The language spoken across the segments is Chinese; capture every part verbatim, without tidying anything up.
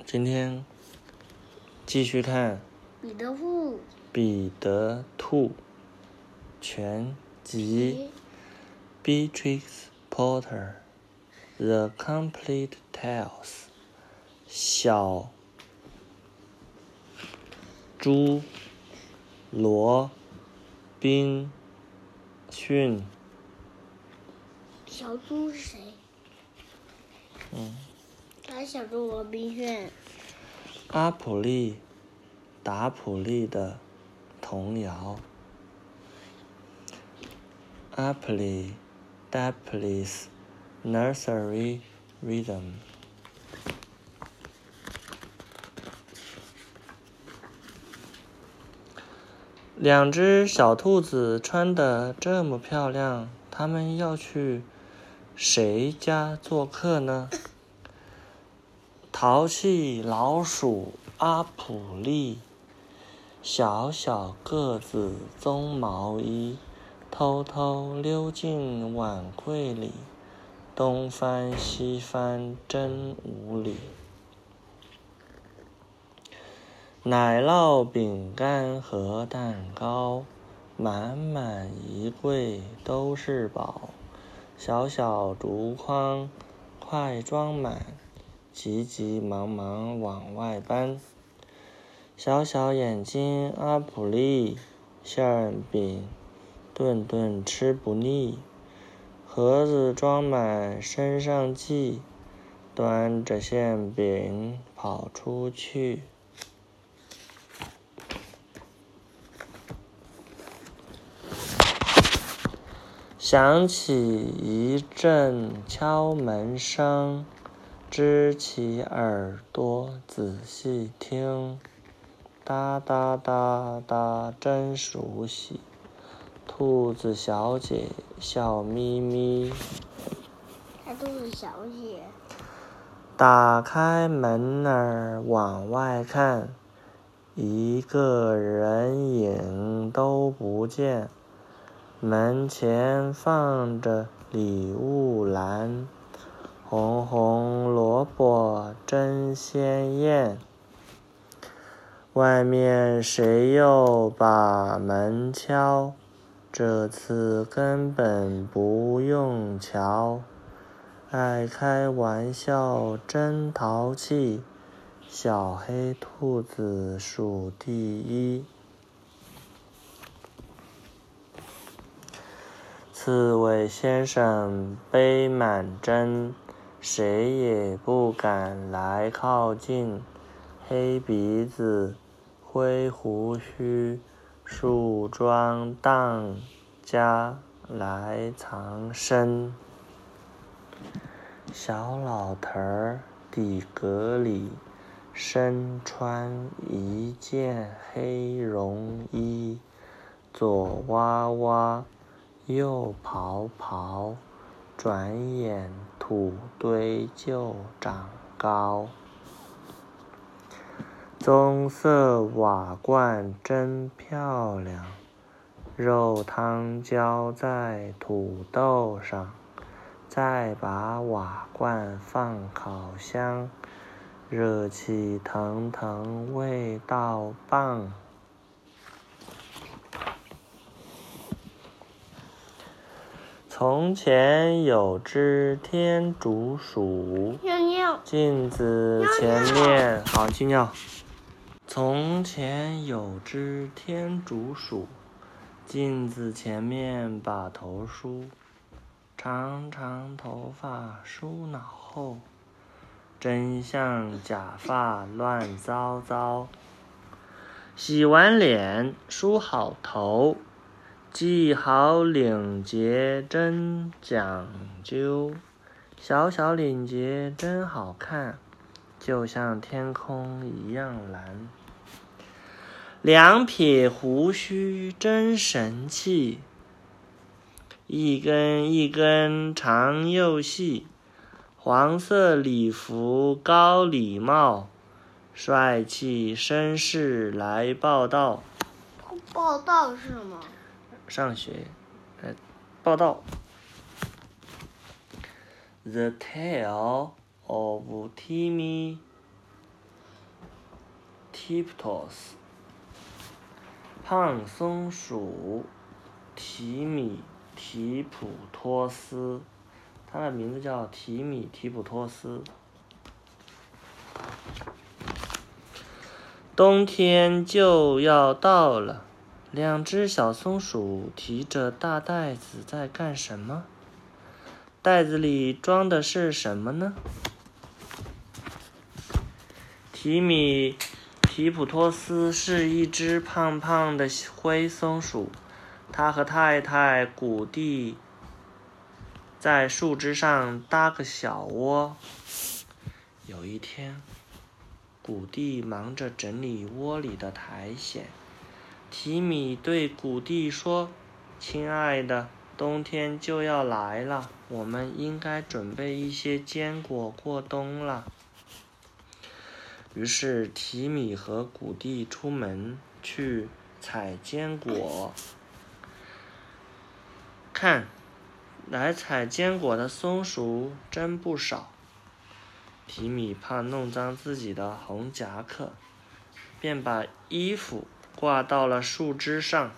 今天继续看彼得兔彼得兔全集 Beatrix Potter The Complete Tales 小猪罗宾逊。 小猪是谁？ 嗯， 他是小猪罗宾逊。 阿普利达普利的童谣。Apple Dapple's Nursery Rhythm。两只小兔子穿得这么漂亮，它们要去谁家做客呢？淘气老鼠阿普利，小小个子棕毛衣，偷偷溜进碗柜里，东翻西翻真无理。奶酪饼干和蛋糕，满满一柜都是宝。小小竹筐快装满，急急忙忙往外搬。小小眼睛阿普利，馅饼顿顿吃不腻。盒子装满身上系，端着馅饼跑出去。响起一阵敲门声，支起耳朵仔细听，哒哒哒哒真熟悉。兔子小姐笑眯眯， 她兔子小姐打开门儿往外看，一个人影都不见。门前放着礼物篮，红红萝卜真鲜艳。外面谁又把门敲？这次根本不用瞧。爱开玩笑真淘气，小黑兔子数第一。刺猬先生背满针，谁也不敢来靠近。黑鼻子灰胡须，树桩当家来藏身。小老头儿底格里，身穿一件黑绒衣，左哇哇右跑跑，转眼土堆就长高。棕色瓦罐真漂亮，肉汤浇在土豆上，再把瓦罐放烤箱，热气腾腾味道棒。从前有只天竺鼠， 尿尿镜子前面好去尿。从前有只天竺鼠，镜子前面把头梳，长长头发梳脑后，真像假发乱糟糟。洗完脸梳好头，系好领结真讲究，小小领结真好看，就像天空一样蓝。两撇胡须真神气，一根一根长又细。黄色礼服高礼帽，帅气绅士来报道。 报道是什么？ 上学，呃，报道。The Tale of Timmy Tiptoes。胖松鼠提米提普托斯，它的名字叫提米提普托斯。冬天就要到了，两只小松鼠提着大袋子在干什么？袋子里装的是什么呢？提米提普托斯是一只胖胖的灰松鼠，它和太太古蒂在树枝上搭个小窝。有一天，古蒂忙着整理窝里的苔藓，提米对古蒂说：“亲爱的，冬天就要来了，我们应该准备一些坚果过冬了。”于是提米和古蒂出门去采坚果。看，来采坚果的松鼠真不少。提米怕弄脏自己的红夹克，便把衣服挂到了树枝上。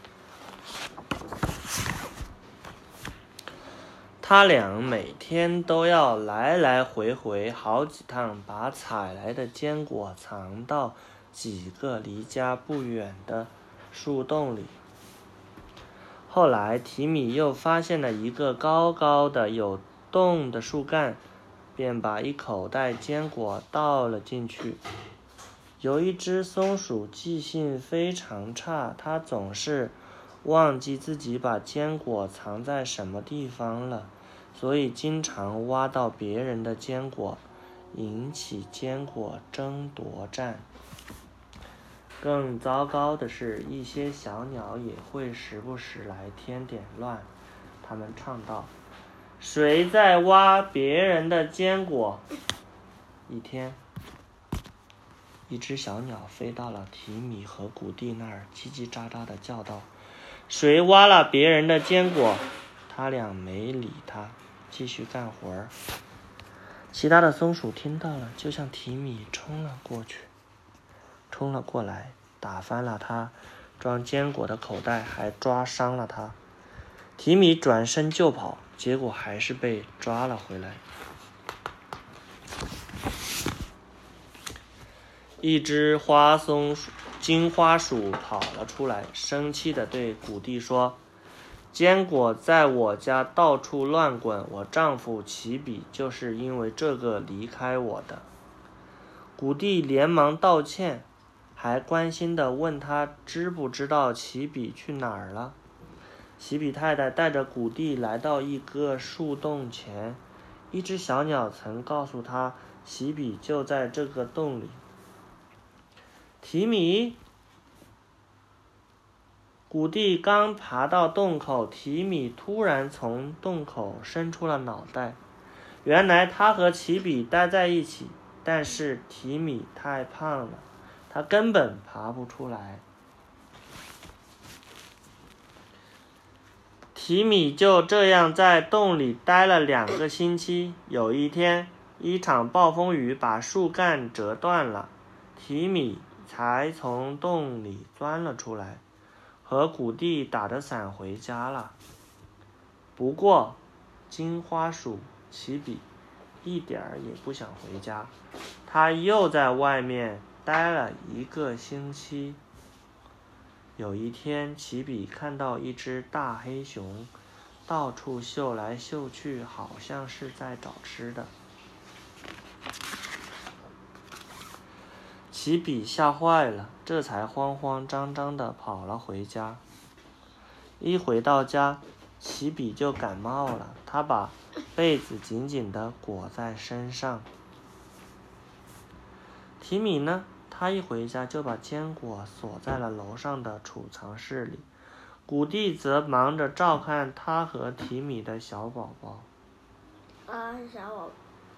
他俩每天都要来来回回好几趟，把采来的坚果藏到几个离家不远的树洞里。后来提米又发现了一个高高的有洞的树干，便把一口袋坚果倒了进去。有一只松鼠记性非常差，它总是忘记自己把坚果藏在什么地方了，所以经常挖到别人的坚果，引起坚果争夺战。更糟糕的是，一些小鸟也会时不时来添点乱。它们唱道：“谁在挖别人的坚果？”一天，一只小鸟飞到了提米和古蒂那儿，叽叽喳喳地叫道：“谁挖了别人的坚果？”他俩没理它，继续干活儿。其他的松鼠听到了，就向提米冲了过去，冲了过来，打翻了他装坚果的口袋，还抓伤了他。提米转身就跑，结果还是被抓了回来。一只花松鼠金花鼠跑了出来，生气地对古蒂说：“坚果在我家到处乱滚，我丈夫奇比就是因为这个离开我的。”古蒂连忙道歉，还关心地问他知不知道奇比去哪儿了。奇比太太带着古蒂来到一个树洞前，一只小鸟曾告诉他，奇比就在这个洞里。提米，古蒂刚爬到洞口，提米突然从洞口伸出了脑袋。原来他和奇比待在一起，但是提米太胖了，他根本爬不出来。提米就这样在洞里待了两个星期。有一天，一场暴风雨把树干折断了，提米才从洞里钻了出来，和古蒂打着伞回家了。不过，金花鼠奇比一点儿也不想回家，他又在外面待了一个星期。有一天，奇比看到一只大黑熊到处嗅来嗅去，好像是在找吃的。奇比吓坏了，这才慌慌张张地跑了回家。一回到家，奇比就感冒了，他把被子紧紧地裹在身上。提米呢？他一回家就把坚果锁在了楼上的储藏室里。古蒂则忙着照看他和提米的小宝宝。 啊，小宝。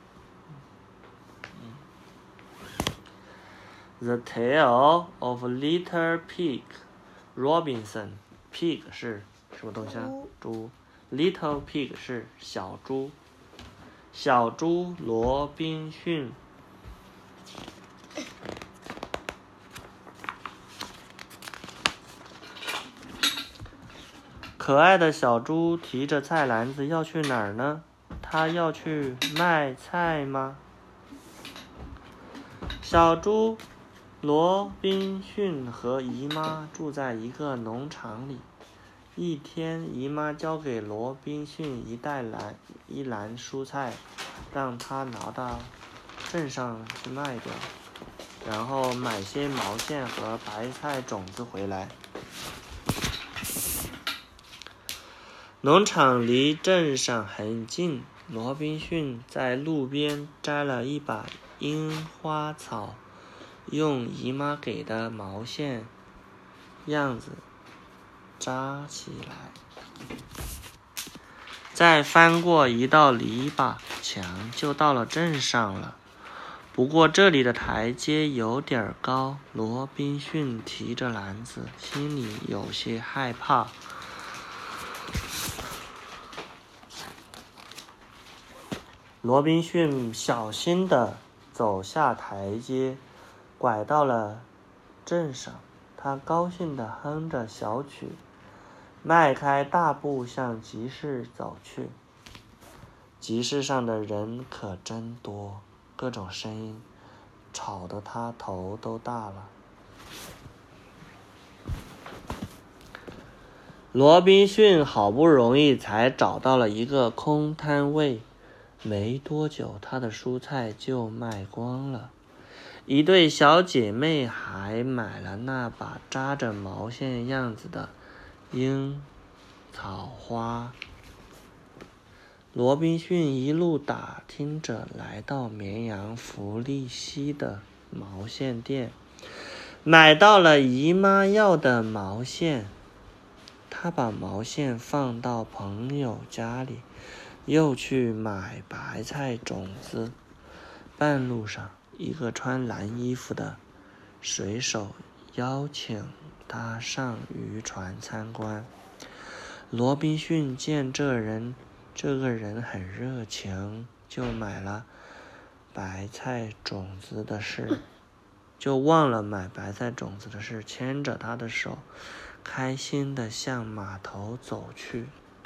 The Tale of Little Pig Robinson. Pig 是什么东西啊？猪。Little Pig 是小猪。小猪罗宾逊。 可爱的小猪提着菜篮子要去哪儿呢？它要去卖菜吗？小猪罗宾逊和姨妈住在一个农场里。一天，姨妈交给罗宾逊一袋篮一篮蔬菜，让他拿到镇上去卖掉，然后买些毛线和白菜种子回来。农场离镇上很近，罗宾逊在路边摘了一把樱花草，用姨妈给的毛线样子扎起来，再翻过一道篱笆墙，就到了镇上了。不过这里的台阶有点高，罗宾逊提着篮子，心里有些害怕。罗宾逊小心地走下台阶，拐到了镇上。他高兴地哼着小曲，迈开大步向集市走去。集市上的人可真多，各种声音吵得他头都大了。罗宾逊好不容易才找到了一个空摊位，没多久他的蔬菜就卖光了。一对小姐妹还买了那把扎着毛线样子的樱草花。罗宾逊一路打听着，来到绵羊弗利西的毛线店，买到了姨妈要的毛线。他把毛线放到朋友家里，又去买白菜种子。半路上，一个穿蓝衣服的水手邀请他上渔船参观。罗宾逊见这人这个人很热情，就买了白菜种子的事，就忘了买白菜种子的事，牵着他的手，开心地向码头走去。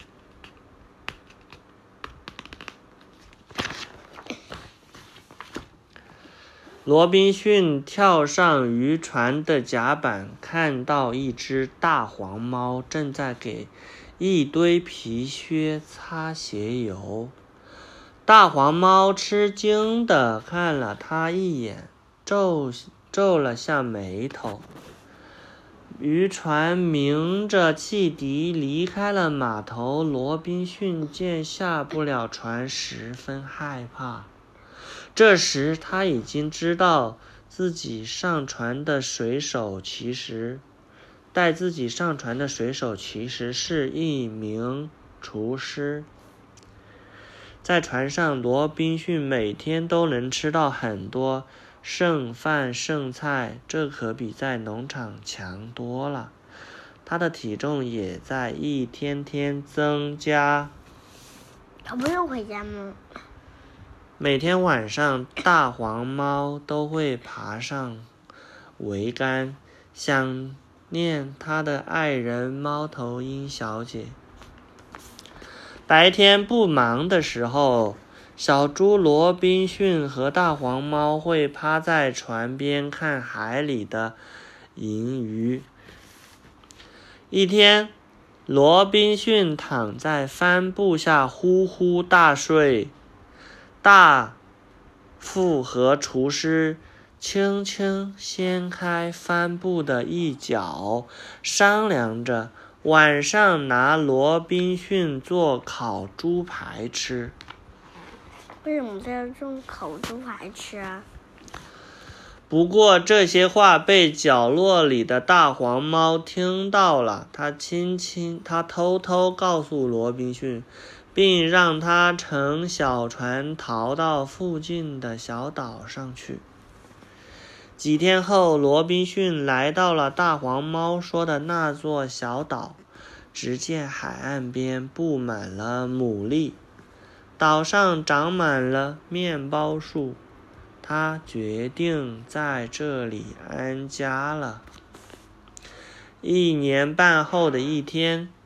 罗宾逊跳上渔船的甲板，看到一只大黄猫正在给一堆皮靴擦鞋油。大黄猫吃惊地看了他一眼，皱皱了下眉头。渔船鸣着汽笛离开了码头。罗宾逊见下不了船，十分害怕。这时他已经知道自己上船的水手其实带自己上船的水手其实是一名厨师。在船上，罗宾逊每天都能吃到很多剩饭剩菜，这可比在农场强多了。他的体重也在一天天增加。 他不用回家吗？ 每天晚上，大黄猫都会爬上桅杆，想念他的爱人猫头鹰小姐。白天不忙的时候，小猪罗宾逊和大黄猫会趴在船边看海里的银鱼。一天，罗宾逊躺在帆布下呼呼大睡。大副和厨师轻轻掀开帆布的一角，商量着晚上拿罗宾逊做烤猪排吃。 为什么在用烤猪排吃啊？ 不过这些话被角落里的大黄猫听到了，他轻轻，他偷偷告诉罗宾逊，并让他乘小船逃到附近的小岛上去。几天后，罗宾逊来到了大黄猫说的那座小岛，只见海岸边布满了牡蛎，岛上长满了面包树。他决定在这里安家了。一年半后的一天，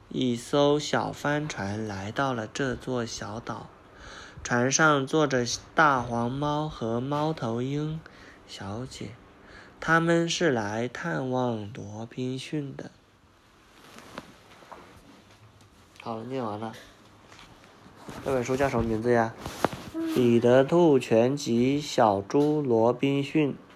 一艘小帆船来到了这座小岛，船上坐着大黄猫和猫头鹰小姐，他们是来探望罗宾逊的。好了，念完了。这本书叫什么名字呀？《彼得兔全集：小猪罗宾逊》。